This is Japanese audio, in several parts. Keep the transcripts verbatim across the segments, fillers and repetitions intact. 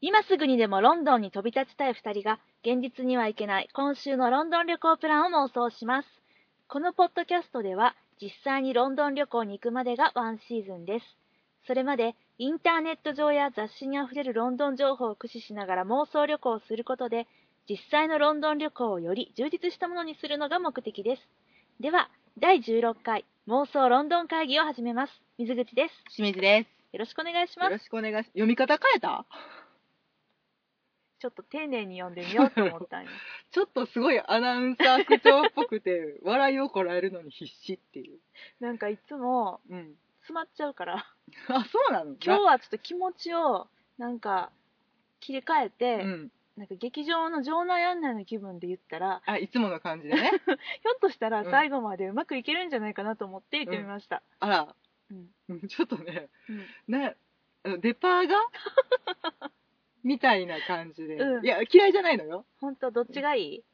今すぐにでもロンドンに飛び立ちたいふたりが現実には行けない今週のロンドン旅行プランを妄想します。このポッドキャストでは実際にロンドン旅行に行くまでがワンシーズンです。それまでインターネット上や雑誌にあふれるロンドン情報を駆使しながら妄想旅行をすることで実際のロンドン旅行をより充実したものにするのが目的です。ではだいじゅうろっかい妄想ロンドン会議を始めます。水口です。 清水です。 よろしくお願いします。 よろしくお願いします。読み方変えた？ ちょっと丁寧に読んでみようと思ったんよ。 ちょっとすごいアナウンサー口調っぽくて笑いをこらえるのに必死っていう。 なんかいつもうん。 詰まっちゃうから、 あ、そうなの？ 今日はちょっと気持ちをなんか切り替えて、 うん。 なんか劇場の場内案内の気分で言ったら、 あ、いつもの感じでね。 ひょっとしたらうん最後までうまくいけるんじゃないかなと思って言ってみました。 あら、 うんうんちょっとね、 うんね、あのデパーがみたいな感じで、 うんいや、嫌いじゃないのよ。 本当どっちがいい？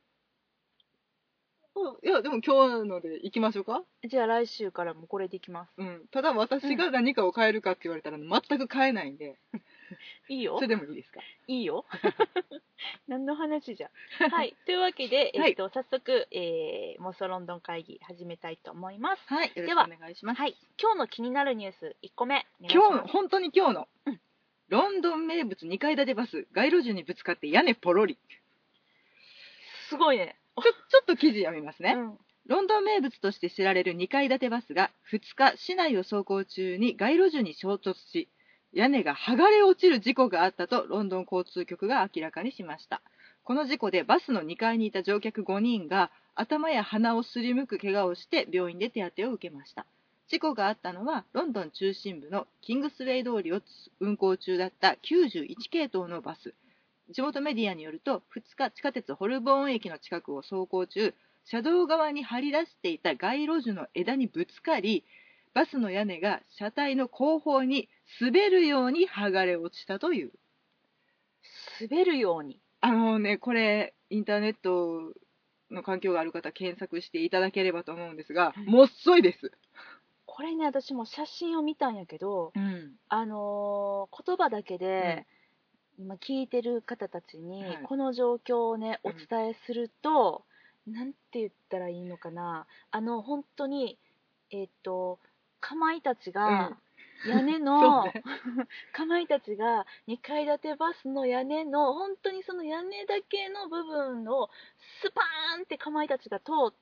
いや、でも今日ので行きましょうか。 じゃあ来週からもこれでいきます。 うん。ただ私が何かを変えるかって言われたら全く変えないんで、 いいよそれでもいいですか？ いいよ何の話じゃ。はい。というわけで、 はいえっと、早速、えー、妄想ロンドン会議始めたいと思います。 はい、よろしくではお願いします。 はい。今日の気になるニュースいっこめ。お願いし今日の、 ます。 本当に今日の、 うんロンドン名物にかい建てバス、街路樹にぶつかって屋根ポロリ。 すごいね。 ちょ、ちょっと記事読みますね。 うん。 ロンドン名物として知られるにかい建てバスがふつか市内を走行中に街路樹に衝突し、屋根が剥がれ落ちる事故があったとロンドン交通局が明らかにしました。この事故でバスのにかいにいた乗客ごにんが頭や鼻をすりむく怪我をして病院で手当てを受けました。事故があったのはロンドン中心部のキングスウェイ通りを運行中だったきゅうじゅういち系統のバス。地元メディアによるとふつか地下鉄ホルボーン駅の近くを走行中、車道側に張り出していた街路樹の枝にぶつかり、バスの屋根が車体の後方に滑るように剥がれ落ちたという。 滑るように。 あのね、これインターネットの環境がある方検索していただければと思うんですが、もっそいです。 これね、私も写真を見たんやけど、 うん、 あのー言葉だけで、今聞いてる方たちに、 はいこの状況をね、 うんお伝えすると、なんて言ったらいいのかな。あの、本当に、えっと、かまいたちが、屋根の、 そうねかまいたちがにかい建てバスの屋根の本当にその屋根だけの部分をスパーンってかまいたちが通って、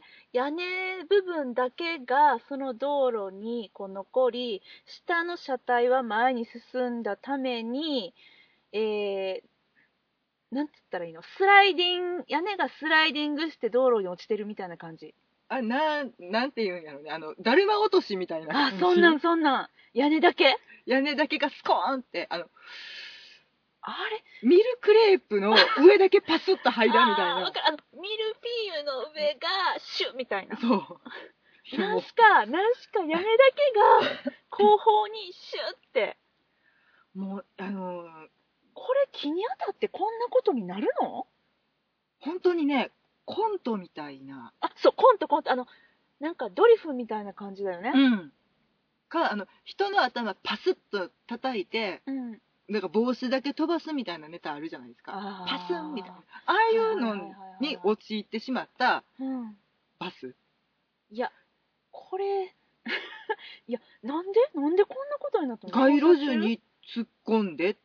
屋根部分だけがその道路にこう残り、下の車体は前に進んだために、えー、なんつったらいいの、スライディング、屋根がスライディングして道路に落ちてるみたいな感じ。 あ、な、なんていうんやろね。あの、だるま落としみたいな感あ、 じ。 そんなんそんなん。屋根だけ屋根だけがスコーンって、あの、 あれミルクレープの上だけパスッと入らみたいな。 あーわかる。あの、ミルフィーユの上がシュッみたいな。 そう。 何しか、何しか屋根だけが後方にシュッって。 もう、あのーこれ木に当たってこんなことになるの？ 本当にね、コントみたいな。 あ、そう、コントコント。あの、なんかドリフみたいな感じだよね。 うん。か、あの、人の頭パスッと叩いて、 うん。 なんか帽子だけ飛ばすみたいなネタあるじゃないですか。 あーパスンみたいな。ああいうのに陥ってしまったうん。 バス。 いや、これ、いや、なんでなんでこんなことになったの？ 街路樹に突っ込んでって、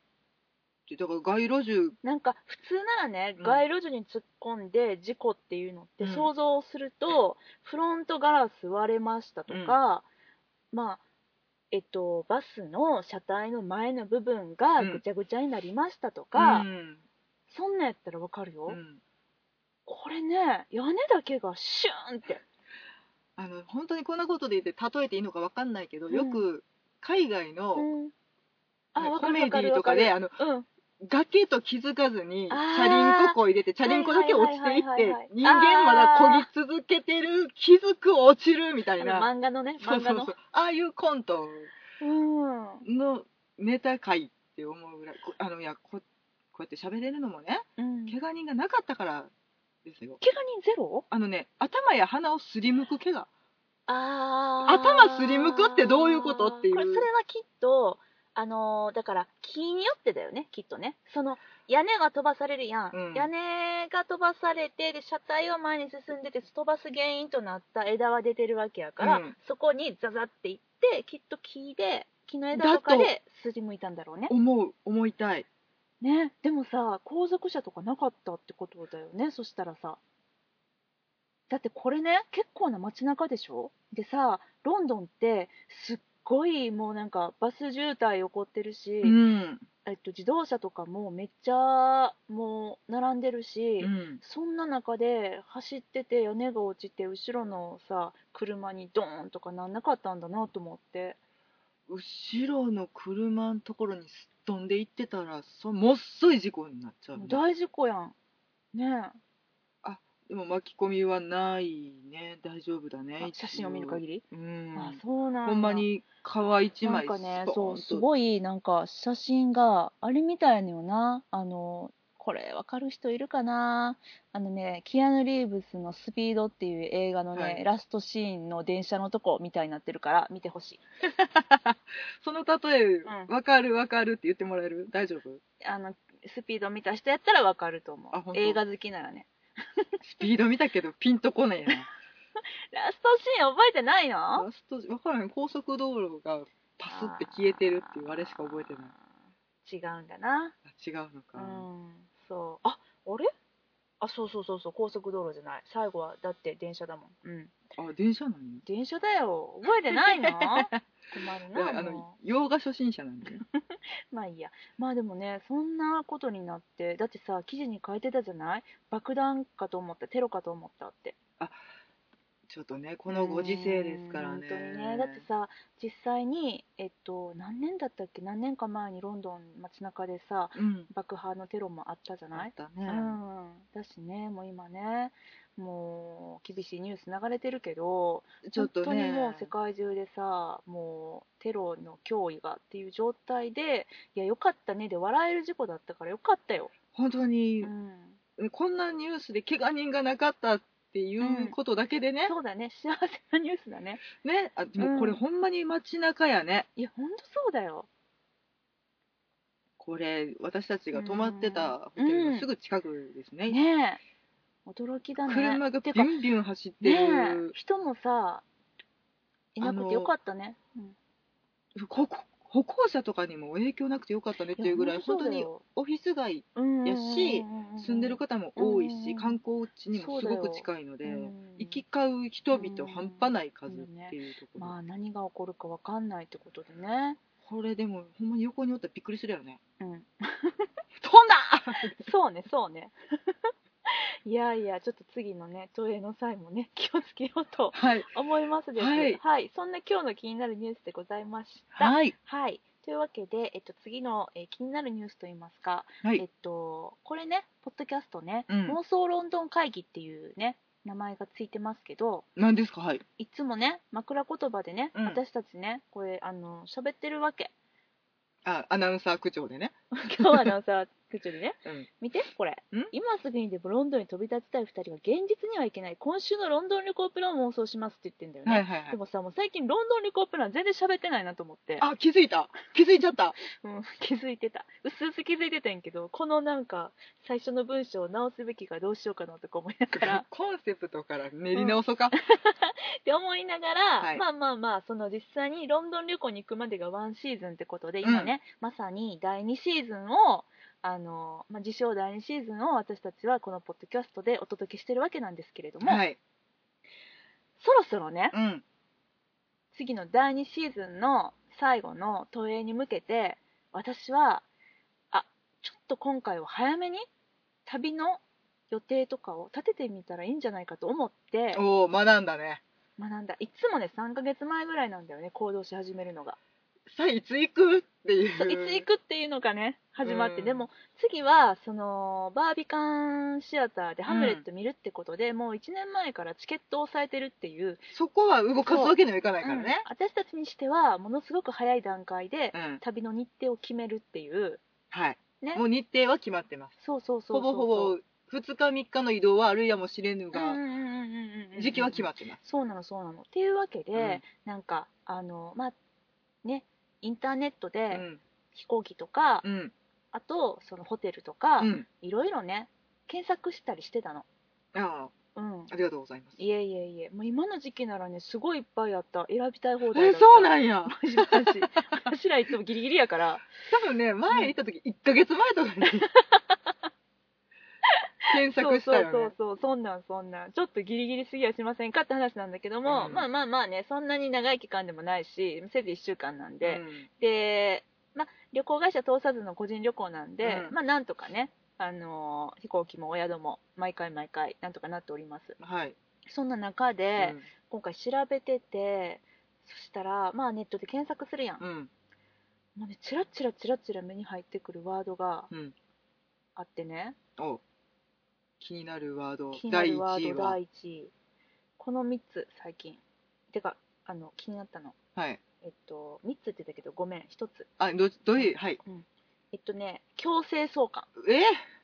だから街路樹、 なんか普通ならね、 うん街路樹に突っ込んで事故っていうのってうん想像すると、フロントガラス割れましたとか、まあえっとバスの車体の前の部分がぐちゃぐちゃになりましたとか、 うんそんなんやったらわかるよ、 うんこれね、屋根だけがシューンって。 あの本当にこんなことで言って例えていいのか分かんないけど、 うんよく海外の、 うん、あ、わかコメデるわかるィとかであのうん崖と気づかずにあーチャリンコこいでてチャリンコだけ落ちていっはいはいはいはいはいて人間まだこぎ続けてる気づく落ちるみたいあのな漫画のね、 そう漫画のそうそうああいうコントうんのネタ回って思うぐらいこあのいやここうやって喋れるのもねうん怪我人がなかったからですよ。 怪我人ゼロ？ あのね頭や鼻をすりむく怪我あー頭すりむくってどういうことっていうこれそれはきっとあのーだから木日によってだよね、きっとね。その屋根が飛ばされるやん、 うん屋根が飛ばされて、で車体は前に進んでて飛ばす原因となった枝は出てるわけやから、 うんそこにザザっていって、きっと木で木の枝とかだとで筋向いたんだろうね。 思う思いたい。 ね、でもさ、後続車とかなかったってことだよね、そしたらさ。だってこれね、結構な街中でしょ。でさ、ロンドンってすっごいもうなんかバス渋滞起こってるし、 うんえっと、自動車とかもめっちゃもう並んでるし、 うんそんな中で走ってて屋根が落ちて後ろのさ車にドーンとかなんなかったんだなと思って。 後ろの車のところにすっ飛んでいってたらそもっそい事故になっちゃうね。 大事故やんね。 あでも巻き込みはないね。大丈夫だね。 あ、写真を見る限り、 うんあ、そうなんや。 ほんまに皮一枚なんかね、そう、すいごい、なんか、写真があれみたいのよな。あの、これ、わかる人いるかな。あのね、キアヌ・リーブスのスピードっていう映画のね、 はいラストシーンの電車のとこみたいになってるから、見てほしい。 その例え、 んわかるわかるって言ってもらえる？大丈夫？ あの、スピード見た人やったらわかると思う。 あ本当映画好きならね。 スピード見たけどピンとこねえな。 ラストシーン覚えてないの？ ラストわからへん。高速道路がパスって消えてるっていうあれしか覚えてない。 違うんだな。 あ違うのか。 うん、そう。あ、あれあ、そうそうそうそう、高速道路じゃない。最後はだって電車だもん。うん。 あ電車なんや。 電車だよ。覚えてないの？困るな。 あのも洋画初心者なんで。 うまあいいや。まあでもね、そんなことになって、だってさ、記事に書いてたじゃない？爆弾かと思った、テロかと思ったって。 あちょっとねこのご時世ですからね。 本当にね。だってさ、実際に、えっと、何年だったっけ、何年か前にロンドン街中でさ、 うん爆破のテロもあったじゃない？ あったね。 うん。だしね、もう今ね、もう厳しいニュース流れてるけど、 ちょっとね本当にもう世界中でさ、もうテロの脅威がっていう状態で、いや、よかったねで笑える事故だったからよかったよ。 本当に、 うん。 こんなニュースで怪我人がなかったっていうことだけでね、 そうだね、幸せなニュースだね。 ねあでもこれうんほんまに街中やね。 いや、ほんとそうだよ。 これ私たちが泊まってたホテルのすぐ近くですね。 ねえ、驚きだね。 車がビてかュンビュン走ってねえ、 る。 人もさ、いなくてよかったね。うんここ歩行者とかにも影響なくてよかったねっていうぐらいいやほん本当にとそうだよオフィス街うんやし住んでる方も多いうんうんうんし観光地にもすごく近いのでそうだよ行き交う人々半端ない数っていうところ、 まあ何が起こるかわかんないってことでね。 これでもほんまに横におったらびっくりするよね。 うん飛んだそうねそうねいやいや、ちょっと次のね、投影の際もね、気をつけようとはい思いますです。 はいはい、そんな今日の気になるニュースでございました。 はいはい。というわけで、えっと、次の、えー気になるニュースといいますか、 はいえっと、これね、ポッドキャストね、 うん妄想ロンドン会議っていうね、名前がついてますけど、 何ですか。はいいつもね、枕言葉でね、 うん私たちね、これ、あの、喋ってるわけ。 あアナウンサー口調でね。 今日アナウンサー口調でね、 うん見て、これん。 今すぐにでもロンドンに飛び立ちたいふたりが現実には行けない、今週のロンドン旅行プランを妄想しますって言ってんだよね。 はいはいはい。 でもさ、もう最近ロンドン旅行プラン全然喋ってないなと思って。 あ気づいた気づいちゃったうん、気づいてた。うすうす気づいてたんやけど、このなんか、最初の文章を直すべきかどうしようかなとか思いながら、 コンセプトから練り直そうか、 って思いながら、 はいまあまあまあ、その実際にロンドン旅行に行くまでがワンシーズンってことで、今ね、まさにだいにシーズンを、あの、まあ、自称だいにシーズンを私たちはこのポッドキャストでお届けしてるわけなんですけれども、 はいそろそろね、 うん次のだいにシーズンの最後の投影に向けて、私は、あ、ちょっと今回は早めに旅の予定とかを立ててみたらいいんじゃないかと思っておお学んだね。 学んだ。いつもね、さんかげつまえぐらいなんだよね、行動し始めるのが。 さあいつ行くっていう。 そういつ行くっていうのがね、始まって、 うんでも次は、その、バービカンシアターでハムレット見るってことで、もういちねんまえからチケットを押さえてるっていう、 そこは動かすわけにはいかないからうんね。 私たちにしては、ものすごく早い段階で、 うん。 旅の日程を決めるっていう、 はい。 ね。 もう日程は決まってます。 そうそうそうそう。 ほぼほぼふつかみっかの移動はあるやもしれぬが、 うんうんうんうんうんうん。 時期は決まってます。 そうなのそうなの。っていうわけで、 うんなんか、あの、まあ、ね、インターネットで、 うん。 飛行機とか、 うん。 あとそのホテルとか、 うん。 いろいろね検索したりしてたの。 あうん。 あ、ありがとうございます。 いえいえいえ、もう今の時期ならねすごいいっぱいあった。選びたい放題え、 だった。 そうなんや。 マジマジ。私らいつもギリギリやから。 多分ね、前行った時いっかげつまえとかに検索したよね。 そうそうそうそう、そんなんそんなん。ちょっとギリギリすぎやしませんかって話なんだけども、 うんまあまあまあね、そんなに長い期間でもないし、せいぜいいっしゅうかんなんで、 うん。 で、まあ旅行会社通さずの個人旅行なんで、 うんまあなんとかね、あのー飛行機もお宿も毎回毎回なんとかなっております。 はい。 そんな中で、 うん。 今回調べてて、そしたら、まあネットで検索するやん。 うん。 もうね、チラッチラチラチラ目に入ってくるワードがうん。 あってね、 お、気になるワード気にな第るワー 1位は。 ドだいいちい。このみっつ最近。てか、あの、気になったの。 はい。 えっと、みっつって言ったけど、ごめん、ひとつ。 あ、ど、どういう、はい。 うん。えっとね、強制送還。 え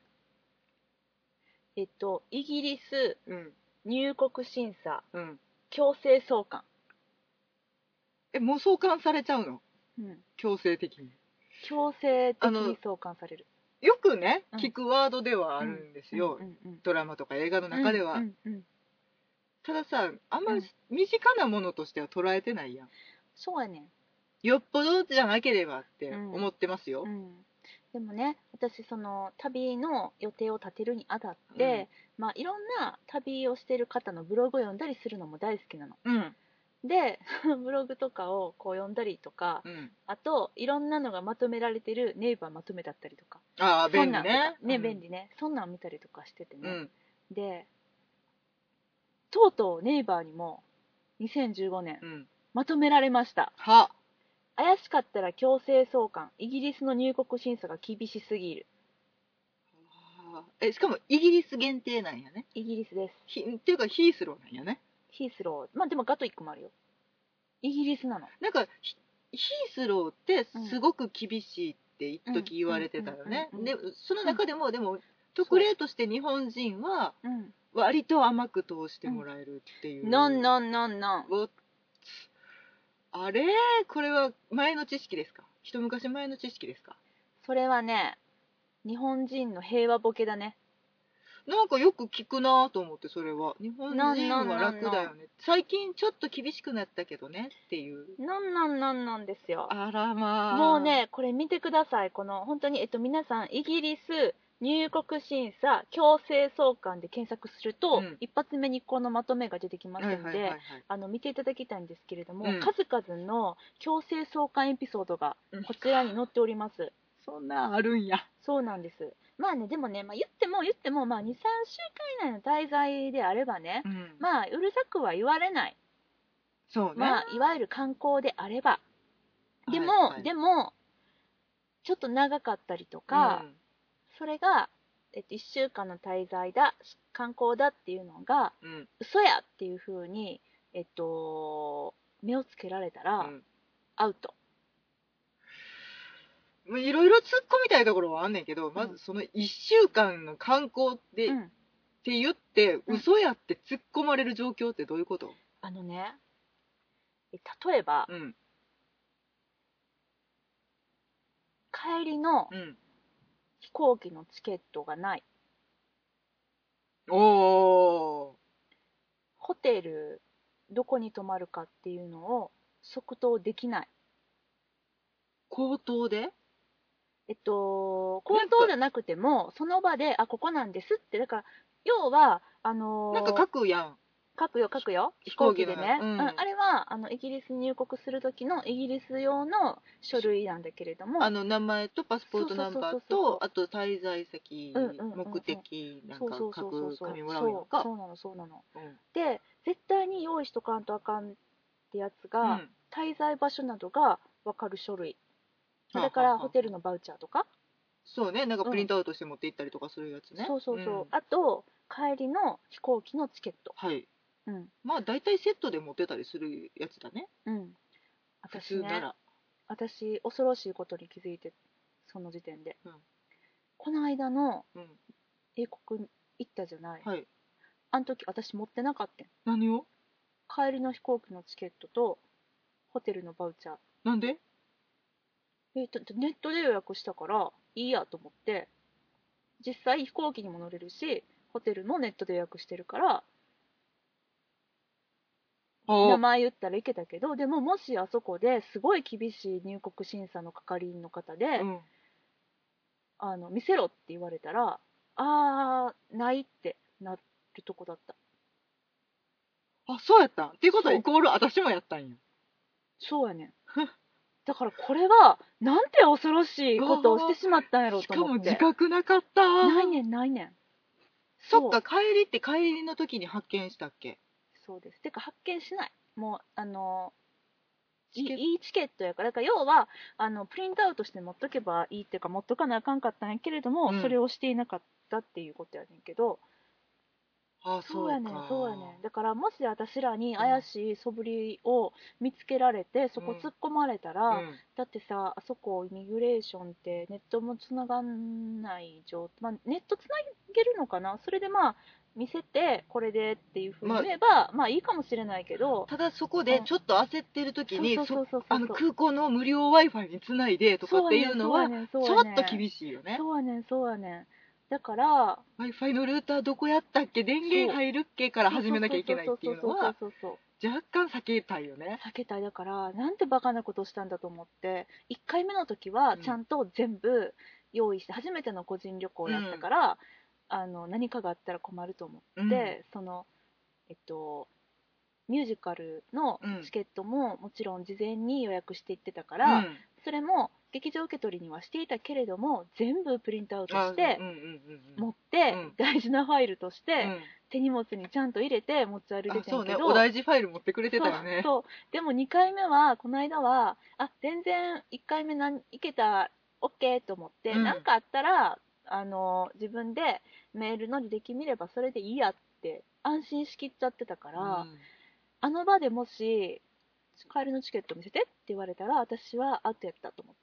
えっと、イギリスうん。 入国審査、 うん。 強制送還。 え、もう送還されちゃうの？ うん。 強制的に。 強制あの、 的に送還される。 よくね、 うん聞くワードではあうんるんですうんよ。 うんうんドラマとか映画のうん中では。 うんうんたださ、あんまうん。 身近なものとしては捉えてないやん。 そうやねん。 よっぽどじゃなければってうん思ってますよ。 うん、でもね、私その旅の予定を立てるにあたっうん。 て、まあ、いろんな旅をしてる方のブログを読んだりするのも大好きなの。 うん。 で、ブログとかをこう読んだりとか、 うん。 あといろんなのがまとめられてるネイバーまとめだったりとか、 ああ、 そん便利ね。 なんとかね、 うん。 便利ね、そんなんを見たりとかしててね。 うん。 で、とうとうネイバーにもにせんじゅうごねんうん。 まとめられました。 は。 怪しかったら強制送還、イギリスの入国審査が厳しすぎる。 はあえ、しかもイギリス限定なんやね。 イギリスです。 ひっていうかヒースローなんやね。 ヒースロー。まあでもガトイックもあるよ。イギリスなの。 なんかヒヒースローってすごく厳しいって一うん時言われてたよね。 うんうんうんで、その中でも、でもそう特例として日本人はうん。 割と甘く通してもらえるっていう。 なんなんなんなん。 おあれこれは前の知識ですか？一昔前の知識ですか？ それはね、日本人の平和ボケだね。 なんかよく聞くなと思って、それは日本なんな人はんなんなん楽だよね、最近ちょっと厳しくなったけどねっていう。 なんなんなんなんですよ。 あらまあ。 もうね、これ見てください。この、本当に、えっと、皆さん、イギリス入国審査強制送還で検索すると、 うん一発目にこのまとめが出てきますはいんで、 はいはいはい。 あの見ていただきたいんですけれども、 うん数々の強制送還エピソードがうんこちらに載っております。 そんなんあるんや。 そうなんです。まあね、でもね、まあ、言っても言っても、まあ、に、さんしゅうかん以内の滞在であればね、 うんまあ、うるさくは言われない。 そうね。 まあ、いわゆる観光であれば。でも、 はいはいでも、ちょっと長かったりとか、 うんそれが、えっと、いっしゅうかんの滞在だ、観光だっていうのが、 うん嘘やっていう風に、えっと、目をつけられたら、 うんアウト。 まあいろいろ突っ込みたいところはあんねんけど、まずそのいっしゅうかんの観光で、っうん。 て言ってうん嘘やって突っ込まれる状況ってどういうこと？ あのね、え例えば、 うん帰りのうん飛行機のチケットがない。 おーホテル、どこに泊まるかっていうのを即答できない。 口頭でえっと、口なんか頭じゃなくても、その場で、あ、ここなんですって、だから、要は、あなんかのー書くやん。 書くよ、書くよ。飛飛行機の行機でね。 うんうんあれは、あの、イギリスに入国する時のイギリス用の書類なんだけれども、 あの名前とパスポートナンバーそうそうそうそうそうと、あと滞在先、 うんうんうんうん目的なんかそうそうそ書うそうそうく紙もらうやんか。 そうなの、そうなの。 うんで、絶対に用意しとかんとあかんってやつが、 うん滞在場所などが分かる書類。 はあだから、 はあはあホテルのバウチャーとか、 そうね、なんかうんプリントアウトして持って行ったりとかするやつね。 そうそうそう。 んあと、帰りの飛行機のチケット。 はい。 うん。 まあ大体セットで持ってたりするやつだね。 うん。 普私ね、 通なら。 私、恐ろしいことに気づいて、その時点で。 うんこの間のうん。 英国行ったじゃない。 はい。 あの時私持ってなかったん。 何を？ 帰りの飛行機のチケットと、ホテルのバウチャー。 なんで？ えだってネットで予約したからいいやと思って、実際飛行機にも乗れるしホテルもネットで予約してるから名前言ったらいけたけど、でももしあそこですごい厳しい入国審査の係員の方で、 うん、 あの見せろって言われたら、あーないってなるとこだった。 あ、そうやったんっていうことはそうイコール私もやったんや。 そうやねんだからこれはなんて恐ろしいことをしてしまったんやろうと思って。 しかも自覚なかった。 ないねんないねん。 そっか、帰りって帰りの時に発見したっけ。 そうです。てか発見しない。もうあのいチケットいいチケットやから、だから要はあのプリントアウトして持っとけばいいっていうか、持っとかなあかんかったんやけれども、 うんそれをしていなかったっていうことやねんけど、 あ、 そうやねんかそうやねん。だからもし私らに怪しい素振りを見つけられて、そこ突っ込まれたら、 うんだってさ、あそこイミグレーションってネットもつながんない状態、まあ、ネットつなげるのかな、それでまあ見せてこれでっていうふうに言えば、まあいいかもしれないけど、 ただそこでちょっと焦ってる時にそうそうそうそうそうあの空港の無料 Wi-Fi につないでとかっていうのはそうやねんちそうやねんょっと厳しいよね。 そうやねんそうやねん。だから Wi-Fi のルーターどこやったっけ、電源入るっけから始めなきゃいけないっていうのはそうそうそう若干避けたいよね。 避けたい。だからなんてバカなことしたんだと思って、いっかいめの時はちゃんと全部用意して、初めての個人旅行だったから、あの何かがあったら困ると思って、そのえっとミュージカルのチケットももちろん事前に予約していってたから、 うんそれも劇場受け取りにはしていたけれども、全部プリントアウトして持って大事なファイルとして手荷物にちゃんと入れて持ち歩いてたんやけど、 そうね、お大事ファイル持ってくれてたよね。 そうそう。でもにかいめはこの間はあ全然いっかいめなんいけた OK と思って、 うんなんかあったらあの自分でメールの履歴見ればそれでいいやって安心しきっちゃってたから、 うんあの場でもし帰りのチケット見せてって言われたら私はアウトやったと思って。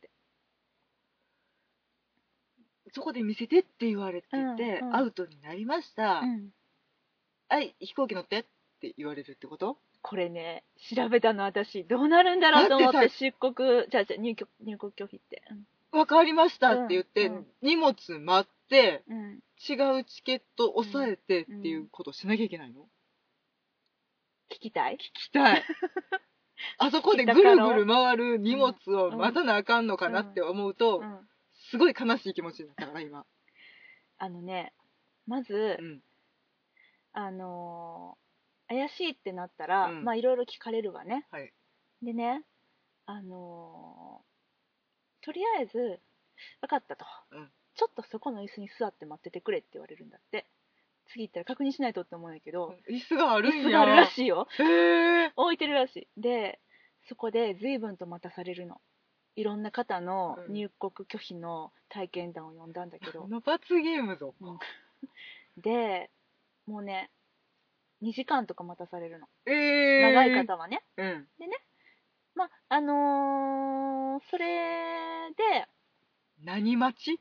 そこで見せてって言われてて、 うんうんアウトになりました、 うんはい飛行機乗ってって言われるってこと。 これね調べたの私、どうなるんだろうと思っだってさて、出国じゃあじゃあ入国入国拒否って、 分かりましたって言って、 うんうん荷物待ってうんうん、 違うチケット押さえてっていうことしなきゃいけないの。 聞きたい聞きたいあそこでぐるぐる回る荷物を待たなあかんのかなって思うと、 うん、 すごい悲しい気持ちになったから今。 あのねまず、 うんあのー怪しいってなったら、 うんまあいろいろ聞かれるわね。 はいでね、あのーとりあえず分かったと、 うんちょっとそこの椅子に座って待っててくれって言われるんだって。次行ったら確認しないとって思うんだけど、 椅子があるんや。 椅子があるらしいよ。 へえ。 置いてるらしい。でそこで随分と待たされるの。いろんな方の入国拒否の体験談を読んだんだけど、 この罰ゲームぞ。 うんでもうねにじかんとか待たされるの、 えー、 長い方はね。 うんでね、まああのーそれで何待ち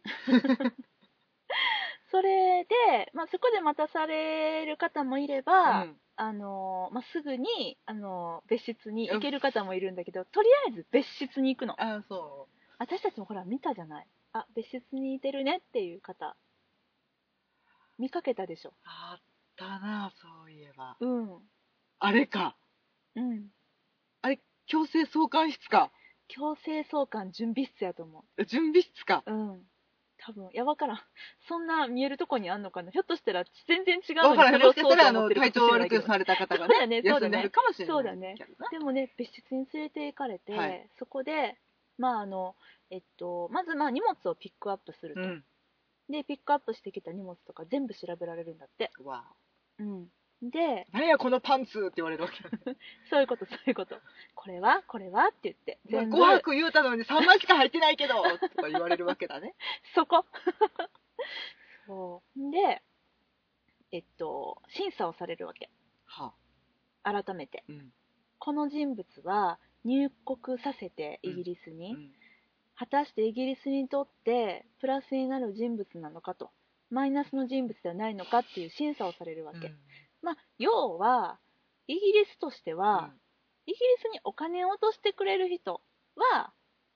それで、まあ、そこで待たされる方もいれば、 うんあのーまあ、すぐに、あのー別室に行ける方もいるんだけど、とりあえず別室に行くの。 あそ私たちもほら見たじゃない。あ、別室にいてるねっていう方見かけたでしょ。 あったな、そういえば。 うんあれか、 うんあれ強制送還室か、 強制送還準備室やと思準備室か。 う。うん多分。いやわからん、そんな見えるとこにあんのかな。ひょっとしたら全然違うのにわからん、もしかしたらあのそれを体調悪くされた方がね、 そうだねそうだね休んでるかもしれない。 そうだね。でもね別室に連れて行かれて、 はい、 そこでまああのえっとまずまあ荷物をピックアップすると、 うん、 でピックアップしてきた荷物とか全部調べられるんだって。 わうんで何やこのパンツって言われるわけそういうことそういうこと、これはこれはって言って全部ごはく言うたのにさんまいしか入ってないけどとか言われるわけだね。 そこそうでえっと審査をされるわけ。 は改めて、 うんこの人物は入国させてイギリスに、 うん果たしてイギリスにとってプラスになる人物なのかと、マイナスの人物ではないのかっていう審査をされるわけ。 うんまあ要はイギリスとしては、 うんイギリスにお金を落としてくれる人は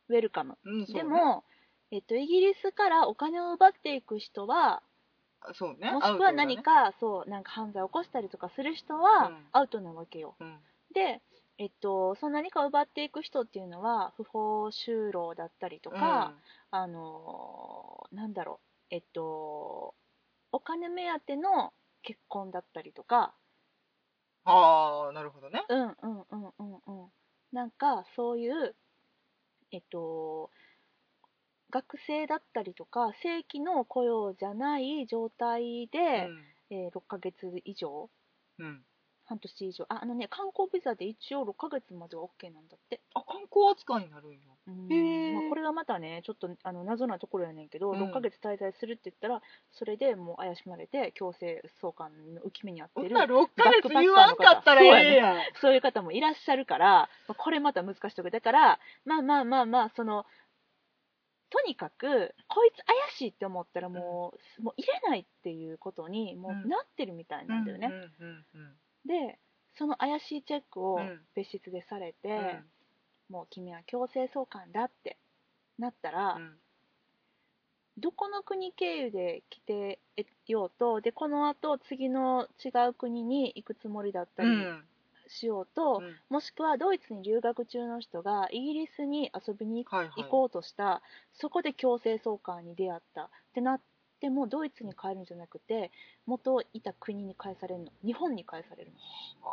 ウェルカム、 うんそうね、 でも、えっと、イギリスからお金を奪っていく人は、 そうね、 もしくは何か、そうなんか犯罪を起こしたりとかする人はアウトなわけよ、 うんうん、 で、えっと、その何か奪っていく人っていうのは不法就労だったりとか、うん、あのなんだろう、えっとお金目当ての結婚だったりとか、 ああなるほどね、 うんうんうんうんうん、なんかそういうえっと学生だったりとか正規の雇用じゃない状態で、うんえー、ろっかげつ以上、うん、半年以上、あ、あのね、観光ビザで一応ろっかげつまでは OK なんだって。 あ、観光扱いになるんや。 うんへまあ、これがまたね、ちょっとあの謎なところやねんけど、うん、ろっかげつ滞在するって言ったら、それでもう怪しまれて強制送還の浮き目にあってる。 ろっかげつ言わんかったらええやん。 そうやね。そういう方もいらっしゃるから、これまた難しいところだから、まあまあまあまあ、その、とにかくこいつ怪しいって思ったらもう、うん、もう入れないっていうことにもうなってるみたいなんだよね、でその怪しいチェックを別室でされて、うん、もう君は強制送還だってなったら、うん、どこの国経由で来てようとでこのあと次の違う国に行くつもりだったり、うんしようと、うん、もしくはドイツに留学中の人がイギリスに遊びに行こうとした、はいはい、そこで強制送還に出会ったってなってもドイツに帰るんじゃなくて元いた国に返されるの、日本に返されるの。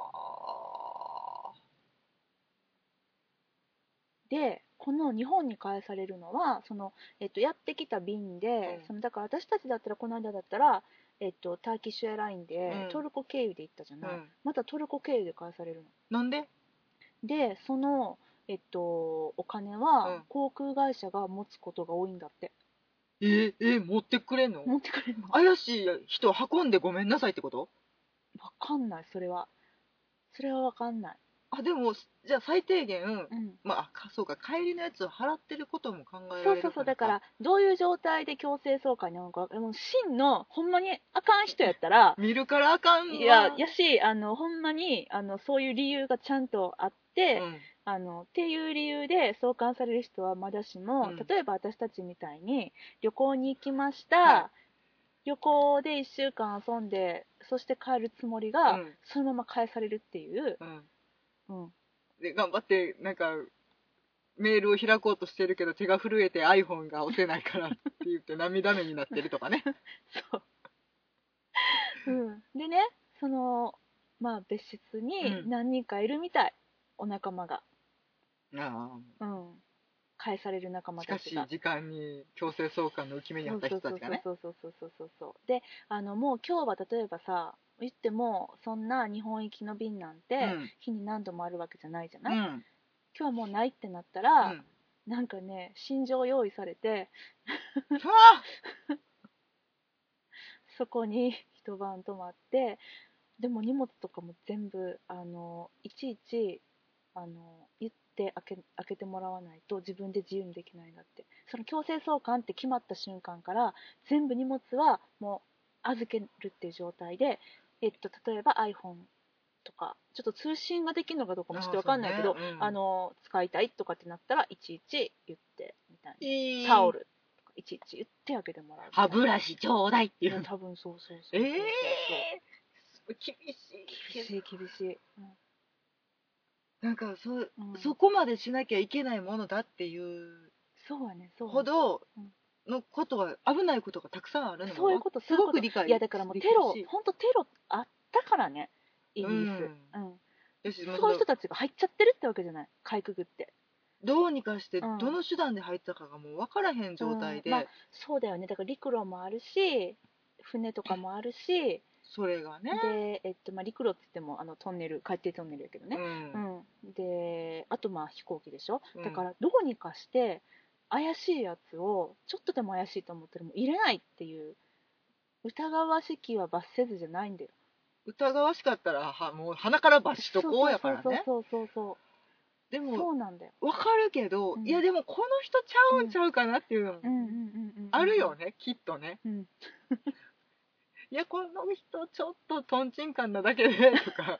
でこの日本に返されるのはその、えっと、やってきた便で、うん、そのだから私たちだったらこの間だったらえっと、ターキッシュエアラインで、うん、トルコ経由で行ったじゃない、うん、またトルコ経由で返されるの。なんで？ でその、えっと、お金は航空会社が持つことが多いんだって。 えー、えー、持ってくれんの？ 持ってくれんの？ 怪しい人運んでごめんなさいってこと？ わかんない、それはそれはわかんない。 あでもじゃあ最低限、うん、まあそうか帰りのやつを払ってることも考えられるか。 そうそうそう、だからどういう状態で強制送還になるのか、もう真のほんまにあかん人やったら見るからあかんわ。 いややし、あのほんまにあのそういう理由がちゃんとあって、うん、あのっていう理由で送還される人はまだしも、うん、例えば私たちみたいに旅行に行きました、はい、旅行でいっしゅうかん遊んでそして帰るつもりが、うん、そのまま返されるっていう、うんうん、で頑張ってなんかメールを開こうとしてるけど手が震えて iPhone が押せないからって言って涙目になってるとかねそう、うん、でねそのまあ別室に何人かいるみたい、うん、お仲間が、 ああ、 うん、返される仲間たちが。 しかし時間に強制送還の浮き目にあった人たちがね。 そうそうそうそうそうそう。であのもう今日は例えばさ言ってもそんな日本行きの便なんて、うん、日に何度もあるわけじゃないじゃない、うん、今日はもうないってなったら、うん、なんかね心情用意されてそこに一晩泊まって、でも荷物とかも全部あのいちいちあの言って開け、開けてもらわないと自分で自由にできないんだって。その強制送還って決まった瞬間から全部荷物はもう預けるっていう状態で、えっと、例えば iPhone とかちょっと通信ができるのかどうかもちょっと分かんないけど、あ、ねうん、あの使いたいとかってなったらいちいち言ってみたいな、えー、タオルとかいちいち言って開けてもらう。 歯ブラシちょうだいっていう。 多分そうそうそうそうそう。えー、厳しい厳しい厳しい、うん、 なんか そ,、うん、そこまでしなきゃいけないものだっていうそうやねそうほどのことは危ないことがたくさんあるのもそういうことすごく理解いやだからもうテロ本当テロあったからねイギリス、うんうん、そういう人たちが入っちゃってるってわけじゃない、かいくぐってどうにかしてどの手段で入ったかがもう分からへん状態で、うんうんまあ、 そうだよね、だから陸路もあるし船とかもあるし、 それがねで、えっとまあ、陸路っつってもあのトンネル海底トンネルやけどね、うんうん、であとまあ飛行機でしょ、うん、だからどうにかして怪しいやつをちょっとでも怪しいと思ったらもう入れないっていう、疑わしきは罰せずじゃないんだよ。 疑わしかったらはもう鼻から罰しとこうやからね。 そうそうそうそうでもそうなんだよ、 分かるけど、うん、いやでもこの人ちゃうんちゃうかなっていうのあるよねきっとね、うん、いやこの人ちょっとトンチンカンなだけでとか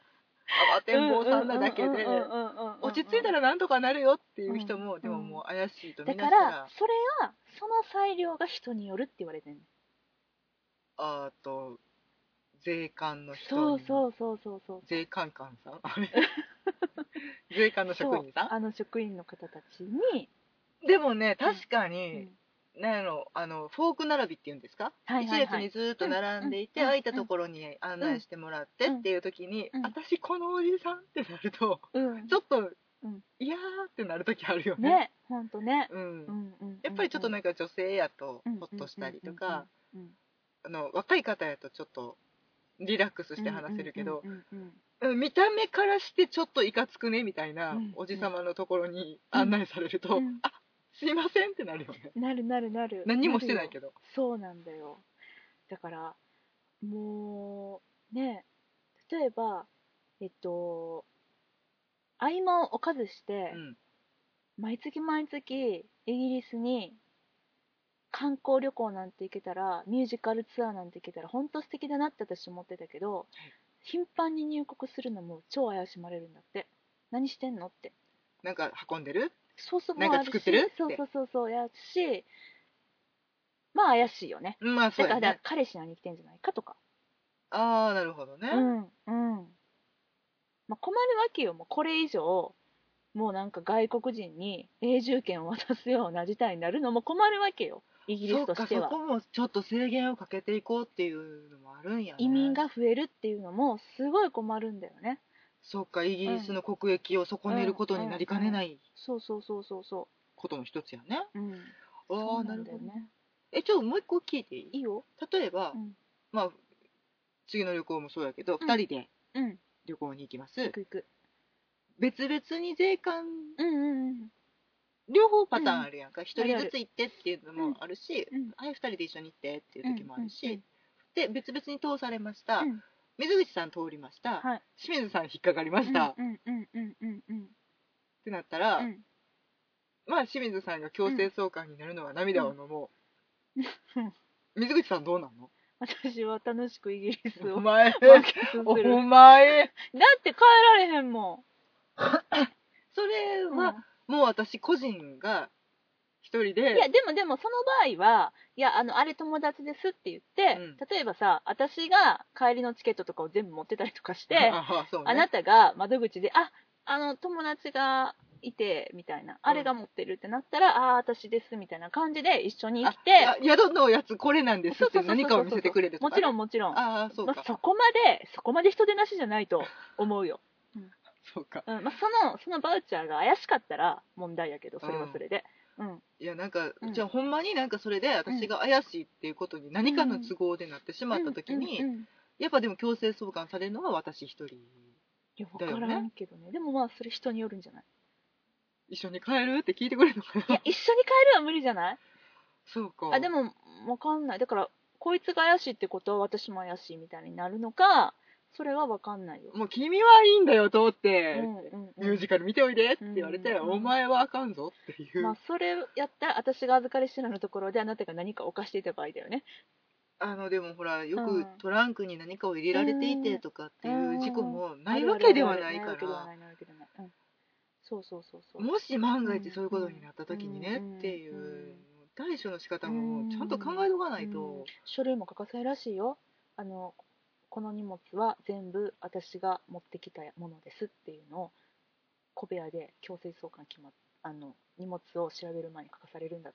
慌てんぼうさんなだけで落ち着いたらなんとかなるよっていう人も、 うん、 でももう怪しいとだかみなしたら、 らそれはその裁量が人によるって言われてる。 あと税関の人そうに、 そうそうそうそう、 税関官さんあれ税関の職員さん、 あの職員の方たちに。 でもね確かうに、 ん、 なんやろ、あのフォーク並びっていうんですか、 はいはいはい、 一列にずっと並んでいて、 うんうん空いたところに案内してもらってっていう時に、 うん私このおじさんってなると、 うんちょっとうんいやーってなる時あるよね。 ね、ほんとね、 うんうんうんうん、 やっぱりちょっとなんか女性やとうんホッとしたりとか、 うんうんあの若い方やとちょっとリラックスして話せるけど、 うんうんうんうん見た目からしてちょっといかつくねみたいなうんおじさまのところに案内されると、 うんうんあ、すいませんってなるよね。 なるなるなる、 何にもしてないけど。 そうなんだよ。だからもうね、例えばえっと合間をおかずして、 うん、 毎月毎月イギリスに観光旅行なんて行けたら、ミュージカルツアーなんて行けたら本当素敵だなって私思ってたけど、頻繁に入国するのも超怪しまれるんだって。何してんのって。 なんか運んでる、 そうそう、 なんか作ってるって、 そうそうそうそうやし、まあ怪しいよね。 まあそうやね。 だから彼氏に来てんじゃないかとか。 ああなるほどね。 うんうんまあ、困るわけよ。もうこれ以上もうなんか外国人に永住権を渡すような事態になるのも困るわけよ、イギリスとしては。 そっか、そこもちょっと制限をかけていこうっていうのもあるんやね。 移民が増えるっていうのもすごい困るんだよね。 そっか、イギリスの国益を損ねることになりかねないそうそうそうそうそことの一つやね。 う、うん、 あそうあなるほど。 なんだよね。 え、ちょっともう一個聞いていい？ いいよ。 例えば、 うん、 まあ次の旅行もそうやけど、 うんふたりでうん、 旅行に行きます。 行く行く。 別々に税関、 うんうんうん、 両方パターンあるやんか。一、 あるある人ずつ行ってっていうのもあるし、 うんはい、二人で一緒に行ってっていう時もあるし、 うんうんで、別々に通されました。 うん、 水口さん通りました。 はい、 清水さん引っかかりました。っうんうんうんうんうんてなったら、 うんまあ清水さんが強制送還になるのは涙を飲もう。 うん水口さんどうなんの？ 私は楽しくイギリスをお前、 満喫する。 お前。 だって帰られへんもん。 それは、 うん、 もう私個人が一人で。 いやでもでもその場合はいやあのあれ友達ですって言って、うん、例えばさ私が帰りのチケットとかを全部持ってたりとかしてあ, そうね、 あなたが窓口でああの友達がいてみたいな、うん、あれが持ってるってなったらああ私ですみたいな感じで一緒に来て、 宿のやつこれなんですって何かを見せてくれるとか、ね、 もちろんもちろん、 あそうか、 まあ、そこまでそこまで人手なしじゃないと思うよ。うん、 そうか、 うんまあ、そのそのバウチャーが怪しかったら問題やけどそれはそれで、うん、 いやなんか、 うん、 じゃあほんまになんかそれで私が怪しいっていうことに何かの都合でなってしまった時に、うんうんうん、やっぱでも強制送還されるのは私一人だよね。 いや分からんけどね。でもまあそれ人によるんじゃない？ 一緒に帰るって聞いてくれるのかな。 いや一緒に帰るは無理じゃない？ そうか。 あでも分かんない。だからこいつが怪しいってことは私も怪しいみたいになるのか、それは分かんないよ。 もう君はいいんだよ通って、 うんうんうん、 ミュージカル見ておいでって言われて、うんうん、お前はあかんぞっていう。 まあそれやったら私が預かり知らぬところであなたが何か犯していた場合だよね。 あのでもほらよくトランクに何かを入れられていてとかっていう事故もないわけではないから、 そうそうそうそう、 もし万が一そういうことになった時にねっていう対処の仕方もちゃんと考えとかないと、うんうん、 書類も欠かせないらしいよ。あのこの荷物は全部私が持ってきたものですっていうのを小部屋で強制送還決まっあの荷物を調べる前に書かされるんだって。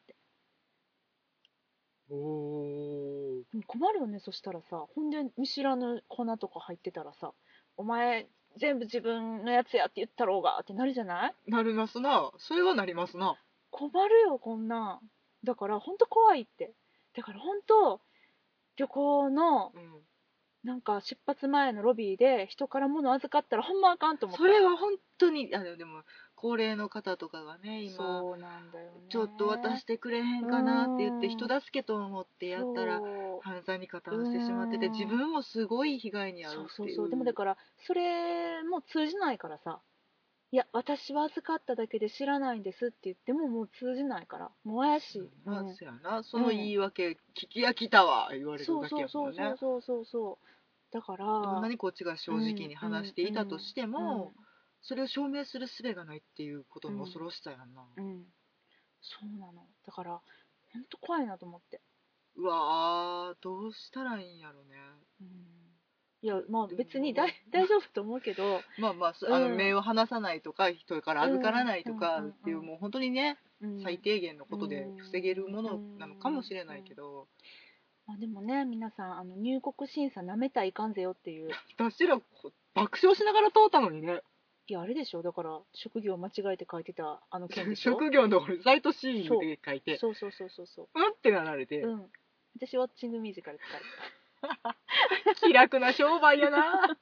お困るよね。そしたらさ、ほんで見知らぬ粉とか入ってたらさ、お前全部自分のやつやって言ったろうがってなるじゃない？ なりますな。それはなりますな。 困るよこんなん。だからほんと怖いって。だからほんと旅行の、うん、なんか出発前のロビーで人から物預かったらほんまあかんと思った。 それは本当にあのでも高齢の方とかがね今そうなんだよね、 ちょっと渡してくれへんかなって言って人助けと思ってやったら犯罪に加担してしまってて自分もすごい被害に遭うっていう。 そうそうそう。でもだからそれも通じないからさ、いや私は預かっただけで知らないんですって言ってももう通じないからもう怪しい。 そうやな、その言い訳、うん、聞き飽きたわ言われるだけやもんね。 そうそうそうそうそうそう。 だからどんなにこっちが正直に話していたとしても、 うんうんそれを証明する術がないっていうことの恐ろしさやんな。 うん、うん、そうなの。だからほんと怖いなと思って。 うわー、どうしたらいいんやろね。 うん、いやまあでも別に大大丈夫と思うけど、 まあまあ、 うんあの目を離さないとか人から預からないとかうんっていう、 うんうんもう本当にね、 うん最低限のことで防げるものなのかもしれないけど、 まあ、でもね皆さんあの入国審査なめたらいかんぜよっていう。 私らこ爆笑しながら通ったのにね。 いやあれでしょ、だから職業間違えて書いてたあの件でしょ。 職業のところサイトシーイングで書いて、 そうそうそうそうそううんってなられて、 うん、私ウォッチングミュージカルって書いて気楽な商売やな。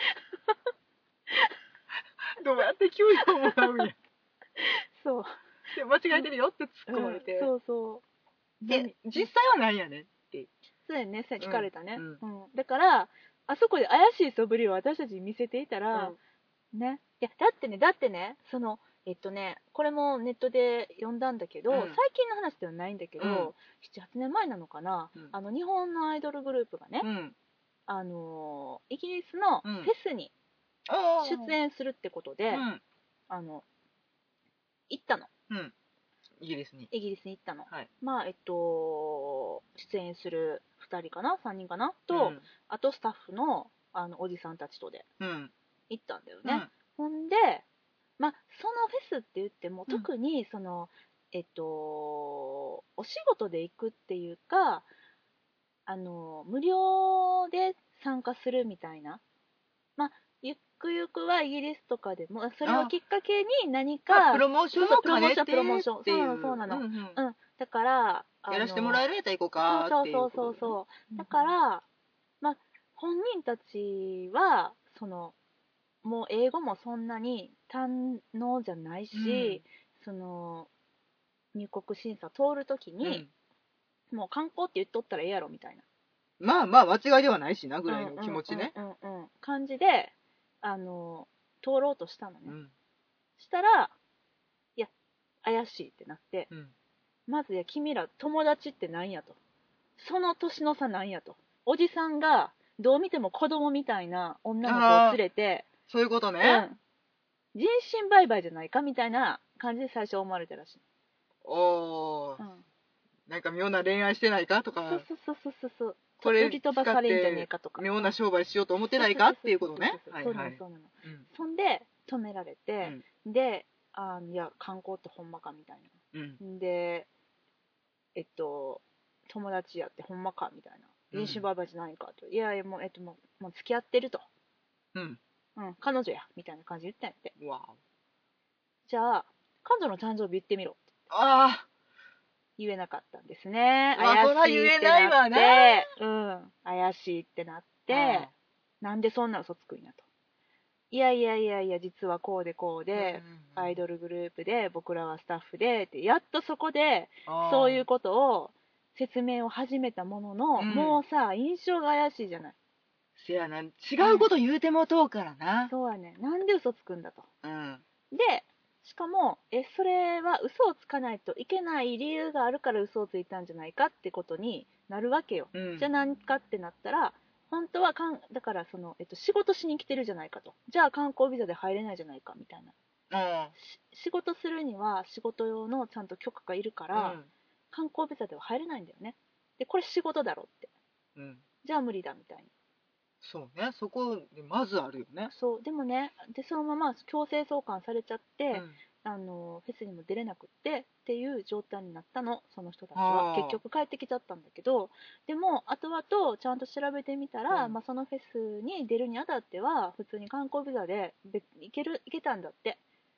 どうやって給料もらうんや。 そうで間違えてるよって突っ込まれて、 うん、そうそうで実際は何やねんって。 そうやね、そうや聞かれたね、 ううんんうん、だからあそこで怪しい素振りを私たちに見せていたら、 うんね、いやだってねだってねそのえっとねこれもネットで読んだんだけど、 うん最近の話ではないんだけど、 うんななはちねんまえなのかな、 うんあの日本のアイドルグループがね、 うんあのイギリスのフうんェスにあー出演するってことで、 うんあの行ったの、 うんイギリスに、 イギリスに行ったの、 はい、 まあえっと出演するふたりかなさんにんかなと、 うんあとスタッフのあのおじさんたちとでうん行ったんだよね、 うんほんでまあそのフェスって言っても、 うん特にそのえっとお仕事で行くっていうかあの無料で参加するみたいな、まあゆくゆくはイギリスとかでもそれをきっかけに何か、 まあ、プロモーションもそうそうプロモーションプロモーションっていう、 そうなのそうなの、 うんうんうん、だからあのやらせてもらえるやったら行こうかそうっていうそうそうことでねそうそうだからまあ本人たちはそのもう英語もそんなに堪能じゃないし、その入国審査通るときうんに、もう観光って言っとったらええやろみたいなまあまあ間違いではないしなぐらいの気持ちね、 うんうんうんうん感じであの通ろうとしたのね、 うんしたらいや怪しいってなって、 うんまずいや君ら友達ってなんやと、その年の差なんやと、おじさんがどう見ても子供みたいな女の子を連れて、 そういうことね、 うん、人身売買じゃないかみたいな感じで最初思われたらしい、 おー、 うん、 なんか妙な恋愛してないかとか、 そうそうそうそうそうこれ売り飛ばされんじゃねえかとか妙な商売しようと思ってないかっていうことね。 そうなのそうなの、 うんそんで止められて、 うんであいや観光ってほんまかみたいうんな、でえっと友達やってほんまかみたいな、 うん人種売買じゃないかと、いやいやもう、えっと、もうもう付き合ってると、 うんうん、彼女やみたいな感じで言ったんやって、 わお、 じゃあ彼女の誕生日言ってみろってあ言えなかったんですね。 まあ怪しいってなって、 そら言えないわねうん、怪しいってなっあて、なんでそんな嘘つくんやと。いやいやいやいや、実はこうでこうで、 うんアイドルグループで、僕らはスタッフで、ってやっとそこで、 あーそういうことを説明を始めたものの、 うんもうさ、印象が怪しいじゃない。 せやな、違うこと言うてもとうからな、 そうやね。なんで嘘つくんだと。 うんで、しかも、え、それは嘘をつかないといけない理由があるから嘘をついたんじゃないかってことになるわけよ。 うんじゃあ何かってなったら、本当はかんだからその、えっと、仕事しに来てるじゃないかと。じゃあ観光ビザで入れないじゃないかみたいな。 うんし仕事するには仕事用のちゃんと許可がいるから、 うん観光ビザでは入れないんだよね。で、これ仕事だろって。 うんじゃあ無理だみたいな。 そうね、そこでまずあるよね。 そう、でもね、で、そのまま強制送還されちゃって、 うんあのフェスにも出れなくってっていう状態になったの、その人たちは。 あー結局帰ってきちゃったんだけど、でも後々ちゃんと調べてみたら、 うんまあ、そのフェスに出るにあたっては普通に観光ビザで別行ける行けたんだって。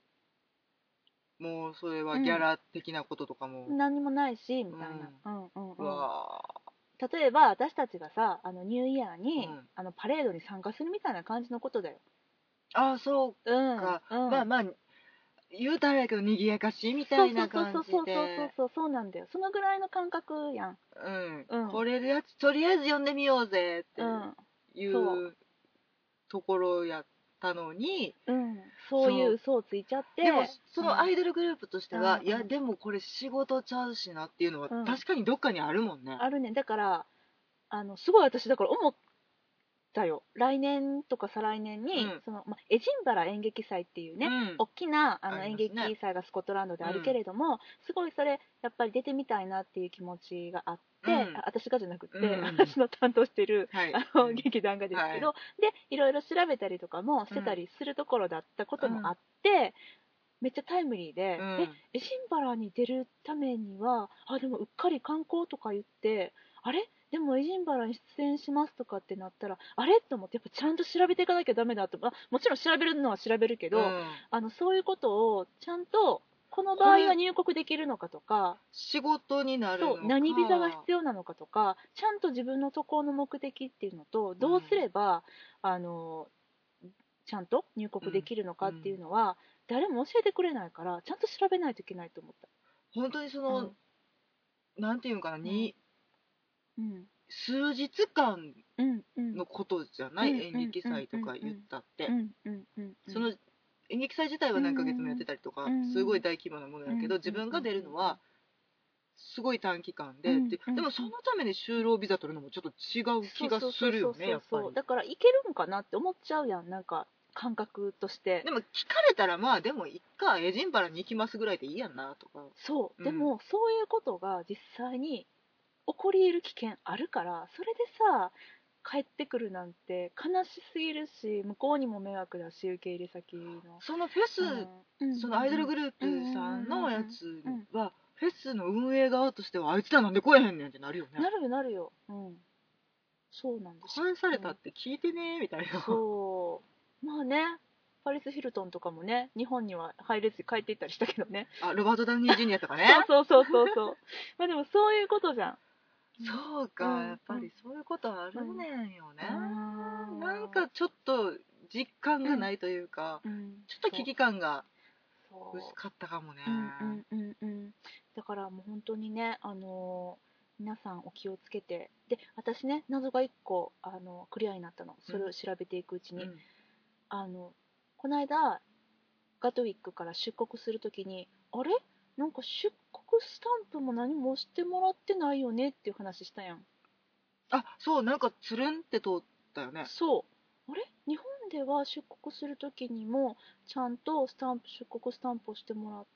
もうそれはギャラ的なこととかも、 何にもないしみたいな、うんうんううん、 わ例えば私たちがさ、あのニューイヤーに、 うんあのパレードに参加するみたいな感じのことだよ。 ああそううん、 か、 うん、 まあまあ言うたらやけど賑やかしいみたいな感じで、 そうそうそうそうそうそうそうなんだよ。そのぐらいの感覚やん。 うん、 うんこれるやつとりあえず読んでみようぜってうんいそううところやったのに、 うん、そういう嘘をついちゃって。 でもそのアイドルグループとしては、 うんいやでもこれ仕事ちゃうしなっていうのはうん確かにどっかにあるもんね、 あるね。だからあのすごい私だから思っだよ。来年とか再来年に、 うんそのま、エジンバラ演劇祭っていうね、 うん大きなあの演ありますね劇祭がスコットランドであるけれども、すごいそれやっぱり出てみたいなっていう気持ちがあって、 うんあ私がじゃなくて、 うんうんうん私の担当してる、 はいあのうん劇団がですけど、 はでいろいろ調べたりとかもしてたりするところだったこともあって、めっちゃタイムリーで、 うんえエジンバラに出るためにはあでもうっかり観光とか言ってあれでもエジンバラに出演しますとかってなったらあれと思ってやっぱちゃんと調べていかなきゃダメだと、あもちろん調べるのは調べるけど、 うんあのそういうことをちゃんとこの場合は入国できるのかとか、 仕事になるのかそう何ビザが必要なのかとか、ちゃんと自分の渡航の目的っていうのとどうすれば、あのちゃんと入国できるのかっていうのは、誰も教えてくれないからちゃんと調べないといけないと思っ本当にそた。 の、なんていうんかな、にうん数日間うんうんのことじゃない、 うん演劇祭とか言ったって、 うんうんうんうんその演劇祭自体は何ヶ月もやってたりとか、 うんすごい大規模なものやけど、 うん自分が出るのはすごい短期間で、 うんでうんでもそのために就労ビザ取るのもちょっと違う気がするよね、やっぱり。 だからいけるんかなって思っちゃうやん、なんか感覚として。 でも聞かれたらまあでもいっか、エジンバラに行きますぐらいでいいやんなとか。 そう、 うんでもそういうことが実際に起こり得る危険あるから、それでさ帰ってくるなんて悲しすぎるし、向こうにも迷惑だし、受け入れ先のそのフェス、 うんそのアイドルグループさんのやつうんうんは、フェスの運営側としてはあいつらなんで来えへんねんってなるよね。 なるよなるよ、うん、そうなんですよ。 返されたって聞いてねーみたいな。 そうまあね、パリス・ヒルトンとかもね日本には入れずに帰っていったりしたけどね。 あ、ロバート・ダウニー・ジュニアとかね。 そうそうそうそうそうまあでもそういうことじゃん。 そうか、 うんやっぱりそういうことあるねんよね。 うんなんかちょっと実感がないというか、 うんちょっと危機感がそう薄かったかもね。 うんうんうんうんだからもう本当にね、あのー皆さんお気をつけて。で私ね謎がいっこあのクリアになったの、それを調べていくうちに、 うんあのこの間ガトウィックから出国するときにあれなんか出国スタンプも何も押してもらってないよねっていう話したやん。 あ、そう、なんかつるんって通ったよね。 そうあれ日本では出国するときにもちゃんとスタンプ出国スタンプをしてもらって、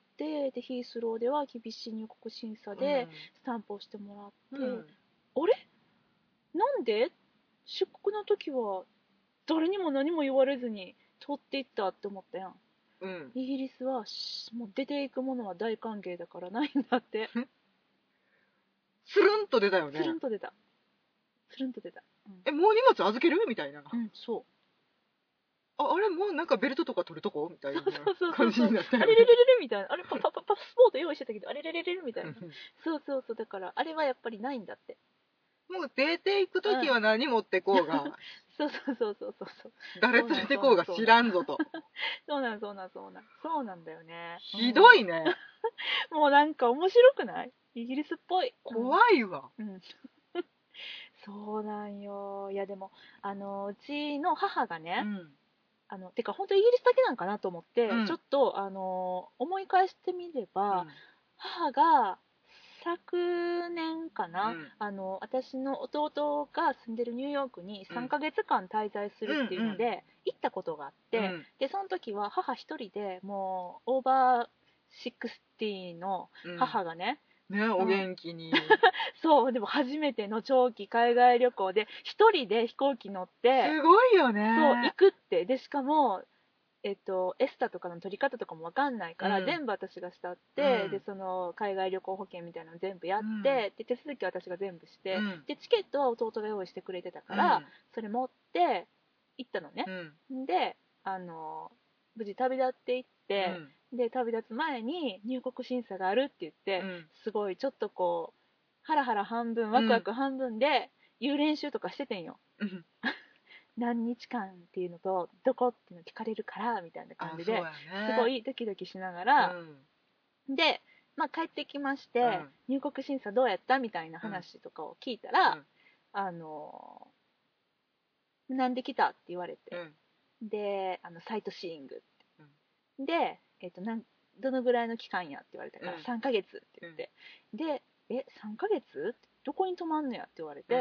でヒースローでは厳しい入国審査でスタンプをしてもらって、 うんうんあれなんで出国の時は誰にも何も言われずに通っていったって思ったやん。 うんイギリスはもう出ていくものは大歓迎だからないんだって。 つるんと出たよね。 つるんと出たつるんと出た、うん、 え、もう荷物預けるみたいな。 うんそうあ、あれもうなんかベルトとか取るとこみたいなそうそうそう感じになったよあれれれね。 れれみたいな、あれパパパパスポート用意してたけどあれれれれれみたいなそうそうそう、だからあれはやっぱりないんだって。 もう出ていくときは何持ってこうが、 そうそうそうそうそうそう誰連れてこうが知らんぞと。 そうなんそうなんそうなんそうなんだよね。 ひどいね。 うんもうなんか面白くない？イギリスっぽい。 怖いわ。 うん、うんそうなんよ。いやでもあのうちの母がね、 うんあのてか本当イギリスだけなんかなと思って、 うんちょっとあの思い返してみれば、 うん母が昨年かな、 うんあの私の弟が住んでるニューヨークにさんかげつかん滞在するっていうので、 うんうん行ったことがあって、 うんでその時は母一人でもうオーバーシックスティーの母がね、 ね、お元気に。 そうでも初めての長期海外旅行で一人で飛行機乗ってすごいよそう行ね。 くって、でしかもえっと、エスタとかの取り方とかも分かんないから、 うん全部私がしたって、 うんでその海外旅行保険みたいなの全部やって、 うんで手続きは私が全部して、 うんでチケットは弟が用意してくれてたから、それ持って行ったのねう、んであの無事旅立っていって、で旅立つ前に入国審査があるって言って、 うんすごいちょっとこうハラハラ半分ワクワク半分で言う練習とかしててんよ。 うん何日間っていうのとどこっていうの聞かれるからみたいな感じで、 あそうやねすごいドキドキしながら、 うんで、まあ、帰ってきまして、 うん入国審査どうやったみたいな話とかを聞いたら、 うんあのなんで来たって言われて、 うんであのサイトシーイングって、で、えっとなんどのぐらいの期間やって言われたから、 うんさんかげつって言って、でえさんかげつどこに泊まんのやって言われて、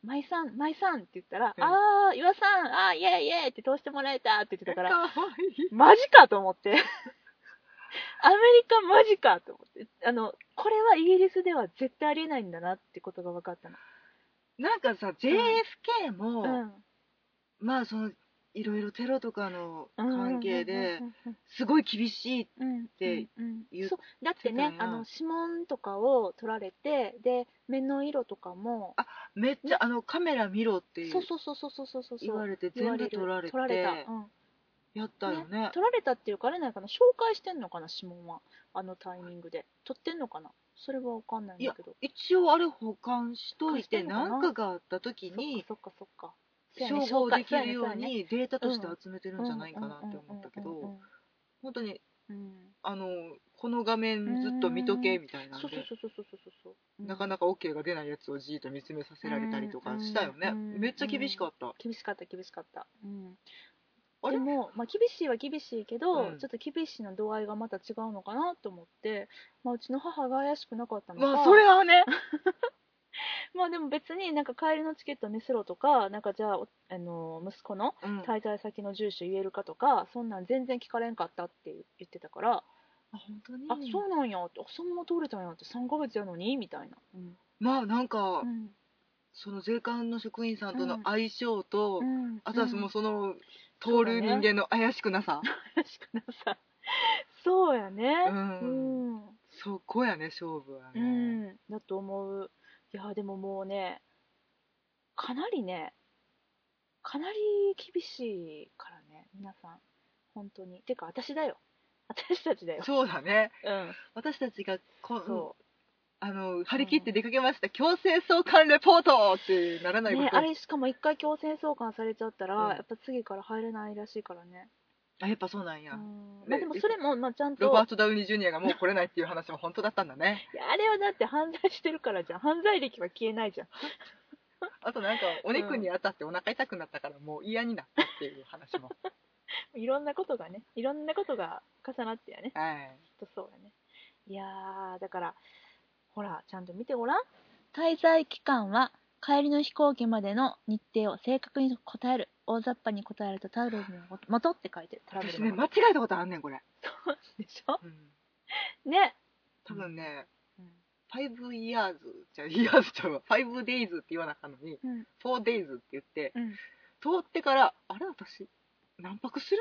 舞さん舞さんって言ったら、 うんあー岩さん、あーイエーイイエーイって通してもらえたって言ってたから、 かわいい。 マジかと思ってアメリカマジかと思って、あのこれはイギリスでは絶対ありえないんだなってことが分かったの。 なんかさ ジェイエフケー も、 うんまあそのいろいろテロとかのうん関係でうんうんすごい厳しいっうんうんてうんうん言っそうだってね、 てたんやあの指紋とかを取られて、で目の色とかもあめっちゃ、 ね、 あのカメラ見ろってそうそうそうそうそうそうそう言われて言われる、 全部撮られ取られた、 てうんやったよね。 取られたっていうかあれなんかな、紹介してんのかな指紋は、あのタイミングで取ってんのかな、それは分かんないんいやだけど。 一応あれ保管しと返していてんのかな、 何かがあった時そっかにそっかそっか、そうやね、 照紹介、 合できるようにデータとしてそうやね、 集めてるうんうんんじゃないかなって思ったけど、 うん本当にうんあのこの画面ずっと見とけみたいなんそうそうで、 そうそうそうそうそう、 なかなか OK が出ないやつをじーっと見つめさせられたりとかしたよね。めっちゃ厳しかった。 厳しかった厳しかった、うん、 あれでも、まあ、厳しいは厳しいけど、 うんちょっと厳しいの度合いがまた違うのかなと思って、まあ、うちの母が怪しくなかったのか、 まあそれはねまあでも別になんか帰りのチケット見せろとか、なんかじゃあ、あの息子のうん滞在先の住所言えるかとか、そんなん全然聞かれんかったって言ってたから、 あ本当にあ、そうなんやって、あ、そんな通れたんやって、さんかげつやのにみたいな。うんまあなんか、 うんその税関の職員さんとのうん相性と、 うんあとはもうその通るそうだね人間の怪しくなさ、 確かなさ、そうやね。 ううんん。 そこやね勝負はうね。 ん。だと思う。いや、でももうね、かなりね、かなり厳しいからね、皆さん。本当に。てか、私だよ。私たちだよ。 そうだね。 うん。 私たちがこそあの張り切って出かけました、強制送還レポートってならなう。ね、 いこと。 あれしかも一回強制送還されちゃったら、 うんやっぱ次から入れないらしいからね。 あやっぱそうなんや。 うん。まあででもそれも、まあちゃんロバーと、 ト・ダウニー・ジュニアがもう来れないっていう話も本当だったんだね。 いや、あれはだって犯罪してるからじゃん。犯罪歴は消えないじゃん。 あとなんかお肉に当たってお腹痛くなったからもう嫌になったっていう話もいろんなことがね、いろんなことが重なってやね。 はいきっとそうやね。いやー、だから、ほら、ちゃんと見てごらん。滞在期間は、帰りの飛行機までの日程を正確に答える。大雑把に答えるとトラベルの元って書いてる。トラベルの元。 私ね間違えたことあんねんこれ、 そうでしょ、 うん、 ね。 多分ね、 うんファイブイヤーズじゃあイヤーズちゃうわファイブデイズって言わなあかんのに、 うん。 フォーデイズって言ってうん。 通ってからあれ私何泊する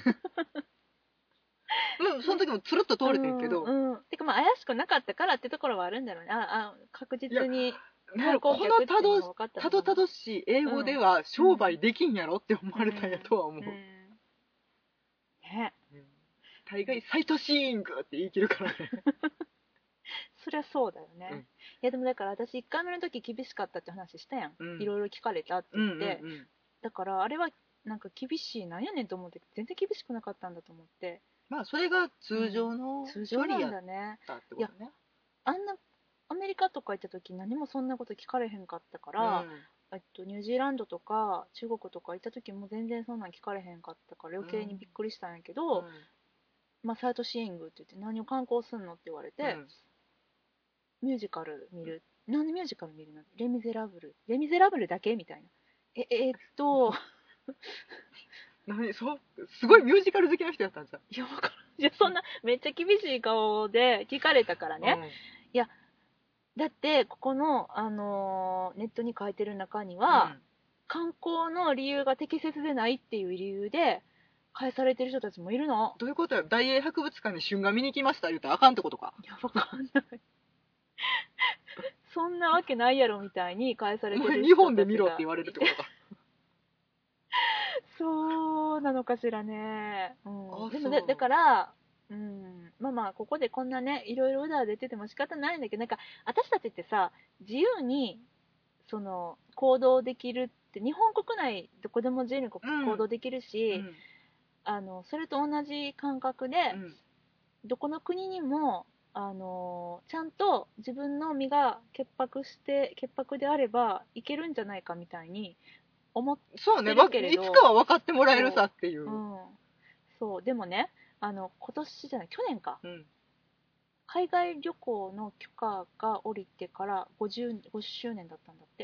うんその時もつるっと通れてんけど、 うん。うん。てかまあ怪しくなかったからってところはあるんだろうね。あ、あ、確実になんかこ観光客ってのたどいうのが分かったたどたどしい英語では商売できんやろって思われたんやとは思う、 うん。ね。 うん大概サイトシーイングって言い切るからねそりゃそうだよね。 うんいやでもだから私いっかいめの時厳しかったって話したやん。 うんいろいろ聞かれたってうん言って、 うんうんだからあれはなんか厳しいなんやねんと思って、全然厳しくなかったんだと思って。 まあそれが通常の通常なん距離やっだね。 たってことね。 あんなアメリカとか行った時何もそんなこと聞かれへんかったから、えっと、ニュージーランドとか中国とか行った時も全然そんなん聞かれへんかったから余計にびっくりしたんやけど、 うんまあ、サイトシーイングって言って何を観光すんのって言われて、 うんミュージカル見る。なんでミュージカル見るの？レ・ミゼラブル。レ・ミゼラブルだけみたいな。え、ええっと、 何そうすごいミュージカル好きな人やったんじゃん。 いや、わからん。いや、そんな、めっちゃ厳しい顔で聞かれたからね。いや、だって、ここの、あのーネットに書いてる中にうんは、 うん観光の理由が適切でないっていう理由で、返されてる人たちもいるの。 どういうことや大英博物館に春画見に来ました言うたらあかんってことか。 いや、わかんない。そんなわけないやろみたいに返されてる人たちが日本で見ろって言われるってことか。 そうなのかしらね。うん、 あでもそうだだから、うん、まあまあここでこんなねいろいろうだうだ言ってても仕方ないんだけど、なんか私たちってさ自由にその行動できるって、日本国内どこでも自由にこうん行動できるし、 うんあのそれと同じ感覚で、 うんどこの国にもあのちゃんと自分の身が潔白して潔白であればいけるんじゃないかみたいに思っそうね、 してるけれどわいつかは分かってもらえるさっていう。 うん、そうでもね、あの今年じゃない去年か、 うん海外旅行の許可が下りてからごじゅう、ごじゅっしゅうねんだったんだって、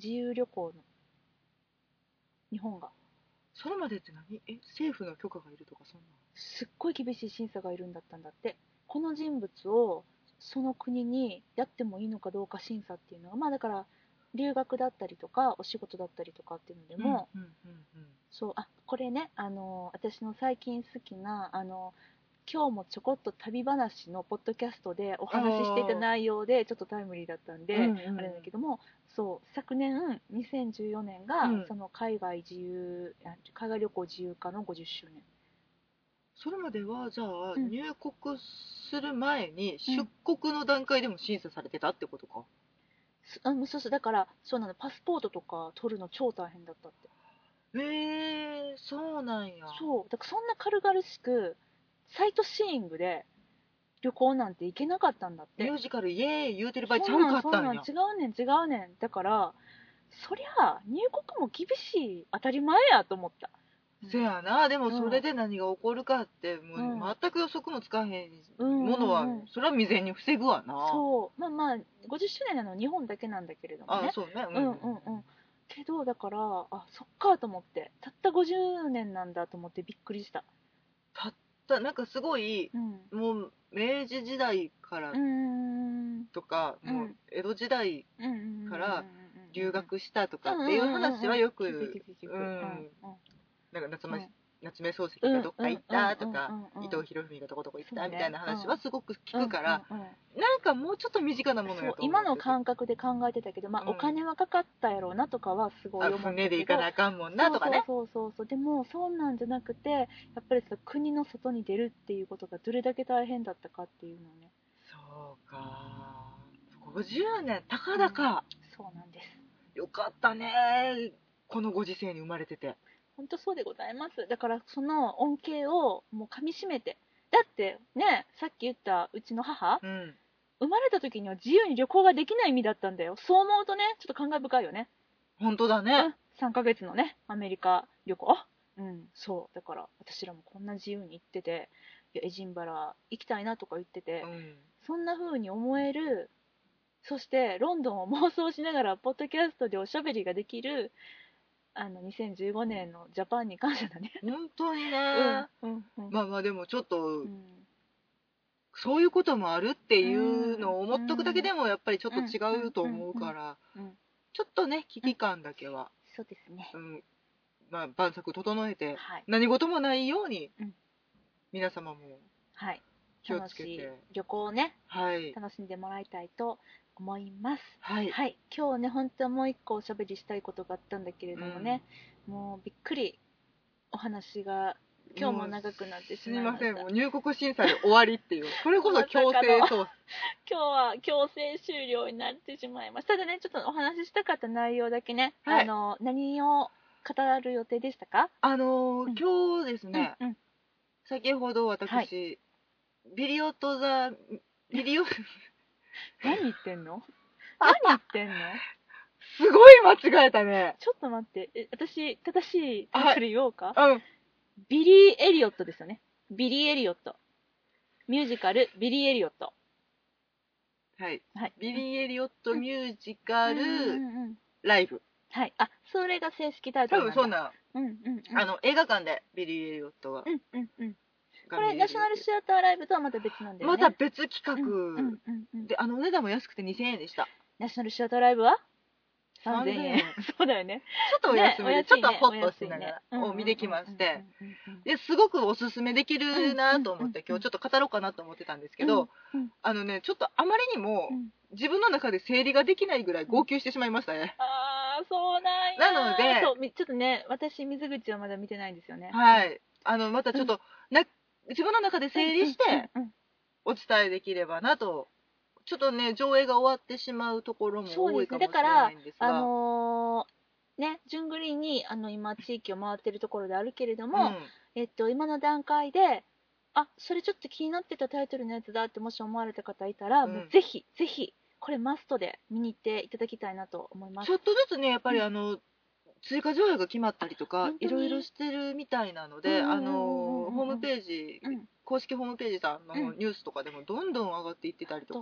自由旅行の日本がそれまでって何？え、政府の許可がいるとかそんな？ すっごい厳しい審査がいるんだったんだって。この人物をその国にやってもいいのかどうか審査っていうのが、まあだから留学だったりとかお仕事だったりとかっていうのでも、 うんうんうんうん、 そう、あ、これね、あの私の最近好きなあの今日もちょこっと旅話のポッドキャストでお話ししていた内容でちょっとタイムリーだったんで、 うんうんうん、 あれだけども、そう昨年にせんじゅうよねんが、 うん、 その海外自由海外旅行自由化のごじゅっしゅうねん。 それまではじゃあ、 うん入国する前にうん出国の段階でも審査されてたってことか。 すあそうそう、だからそうなの、パスポートとか取るの超大変だったって。 へえ、そうなんや。 そうだから、そんな軽々しくサイトシーイングで旅行なんて行けなかったんだって。 ミュージカルイエーイ言うてる場合ちゃうそうなんかったんや。 そうなん、違うねん違うねん。だからそりゃ入国も厳しい、当たり前やと思った。 せやな。でもうんそれで何が起こるかってもうんう全く予測もつかへんうんものは、 うんうん、 それは未然に防ぐわな。 そうまあまあごじゅっしゅうねんなの日本だけなんだけれどもね。 あ、そうね。うん。 うんうんうん。けどだから、あ、そっかと思って、たったごじゅうねんなんだと思ってびっくりした。 たったなんかすごい、 うんもう明治時代からうーんとか、 うんもう江戸時代うんうんうんから留うん学したとかうんっていう話はよく、 聞く聞く聞くううんん、なんか夏目、 うん夏目漱石うんがどっか行ったとか、 うんうんうん伊藤博文がどこどこ行っそうねたみたいな話はすごく聞くから、 うんうんうんなんかもうちょっと身近なものそうやと思今のってて。 感覚で考えてたけど、まあ、 うん、 お金はかかったやろうなとかはすごいあ、 思った船でけど、 行かなあかんもんなそうとかね。 そうそうそうそう、でもそんなんじゃなくて、やっぱりその国の外に出るっていうことがどれだけ大変だったかっていうのをね。 そうか。ごじゅうねん、たかだか。 そうなんです。 よかったね。このご時世に生まれてて。 本当そうでございます。だからその恩恵をもうかみしめて、だってね、さっき言ったうちの母、 うん。 生まれた時には自由に旅行ができない身だったんだよ。そう思うとね、ちょっと感慨深いよね。 本当だね。 うん、さんかげつのね、アメリカ旅行。うん、そう。だから私らもこんな自由に行ってて、いやエジンバラ行きたいなとか言ってて、 うん。 そんな風に思える、そしてロンドンを妄想しながらポッドキャストでおしゃべりができる、あのにせんじゅうごねんのジャパンに感謝だね。 本当にね。 うんうんうんまあまあでもちょっと、 うんそういうこともあるってういうのを思っとくだけでもやっぱりちょっと違うと思ううんうんからうんうん、 ちょっとね危機感だけは、 そうですね。 うん、まあ万策整えてはい。 何事もないようにうん皆様もはい。 気を楽しいつけて、 旅行をね、 はい楽しんでもらいたいと思います。 はい、 はい。今日ね、本当はもう一個おしゃべりしたいことがあったんだけれどもね、もうびっくりお話が今日も長くなってしまいました。 すいません、もう入国審査で終わりっていうそれこそ強制捜査今日は強制終了になってしまいました。ただね、ちょっとお話ししたかった内容だけね、 はい、 あの何を語る予定でしたか？ あのーうん、 今日ですね、 うんうん、 先ほど私、 はい、 ビリオットザビリオ何言ってんの何言ってんのすごい間違えたね。 ちょっと待って、え私正しいタイトル言おうか、 はい、うん、 ビリー・エリオットですよね。ビリー・エリオット。ミュージカル、ビリー・エリオット。 はい、 はい、 ビリー・エリオットミュージカル、 うんうんうん、 ライブ。 はい。あ、それが正式タイト多ルなんだ。 分そんな、 うんうんうん。 あの映画館でビリー・エリオットが、 うんうんうん。 ここれ、ナショナルシアターライブとはまた別なんだよね。 また別企画、 うんうんうんうん、 で、あのお値段も安くてにせんえんでした。 ナショナルシアターライブはさんぜんえん。 さんぜんえんそうだよね。 ちょっとお安めで、 ね、 ちょっとホッとしねながら、 ね、 を見てきましてうんうんうんうん、 ですごくおすすめできるなと思って、 うん今日ちょっと語ろうかなと思ってたんですけど、 うんうん、 あのね、ちょっとあまりにもうん、 自分の中で整理ができないぐらい号泣してしまいましたね。 あー、そうなんや。 なのでそう、みちょっとね、私、水口はまだ見てないんですよね。 はい。あの、またちょっと、な自分の中で整理してうんうんうんお伝えできればなと。ちょっとね、上映が終わってしまうところもそうですね。 多いかもしれだからないんですが。 あのーね、順繰りにあの今地域を回ってるところであるけれども、 うん、 えっと、今の段階で、あ、それちょっと気になってたタイトルのやつだってもし思われた方いたら、 うん、 もうぜひぜひこれマストで見に行っていただきたいなと思います。 ちょっとずつね、やっぱりうんあの、追加上映が決まったりとか本、当にいろいろしてるみたいなので、 うんうんうんうんうんあの、ホームページ、 うん公式ホームページさんのうんニュースとかでもどんどん上がっていってたりとか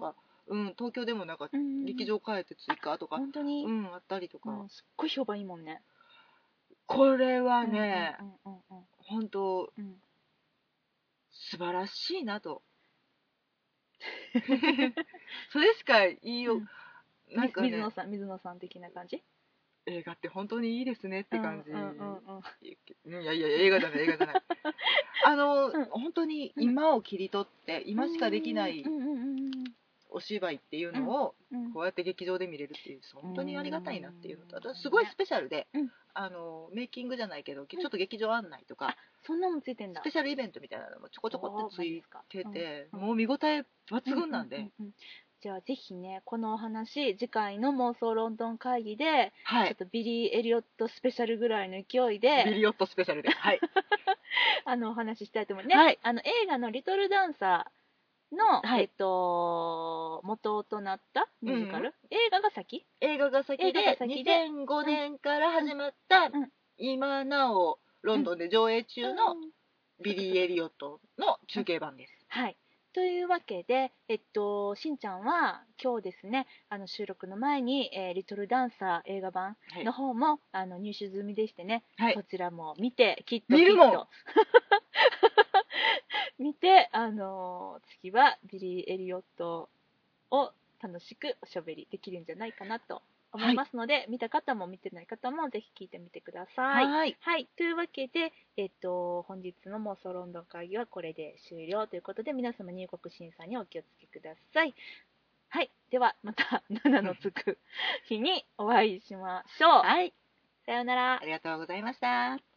うん、東京でもなんかうんうんうん、 劇場変えて追加とか、 本当に、 うん、あったりとか、 うん、すっごい評判いいもんね。 これはね、 うんうんうんうん、 本当うん、 素晴らしいなとそれしか言いよう、 うん、 なんかね、 水野さん、水野さん的な感じ。 映画って本当にいいですねって感じ、 うんうんうんうん、 いやいや映画じゃない映画じゃないあの、 うん本当にうん、 今を切り取って今しかできなういんうんうんうんお芝居っていううんのをうん、 こうやって劇場で見れるっていうう本当にありがたいなっていうのと、あとん、 すごいスペシャルで、 うん、 あのメイキングじゃないけどちうん、 ょっと劇場案内とかそんなもんついてんだ。 スペシャルイベントみたいなのもちょこちょこおー、 ってついマジっすか。 てて、 うんうん、 もう見応え抜うんうん群なんで、 うんうん、じゃあぜひね、このお話、次回の妄想ロンドン会議で、 はいちょっとビリー・エリオットスペシャルぐらいの勢いで、 ビリオットスペシャルではいあの、お話ししたいと思うね。 はいあの、映画のリトルダンサーの、 はいえっと、元となったミュージカル、 うんうん映画が先映画が先映画がで先で、 にせんごねんから始まった、 うんうん、 今なおロンドンで上映中のうん、 ビリー・エリオットの中継版です。 はい。というわけで、えっと、しんちゃんは今日ですね、あの収録の前に、えーリトルダンサー映画版の方も、あの入手済みでしてね、 はい、 そちらも見て、きっときっ見るもんと見て、あのー次はビリー・エリオットを楽しくおしゃべりできるんじゃないかなと思いますので、見た方も見てない方もぜひ聞いてみてください。 はいはい。というわけで、えっと、本日の妄想ロンドン会議はこれで終了ということで、皆様入国審査にお気をつけください。はい。では、またななのつく日にお会いしましょう。 はい、 さようならあ。りがとうございました。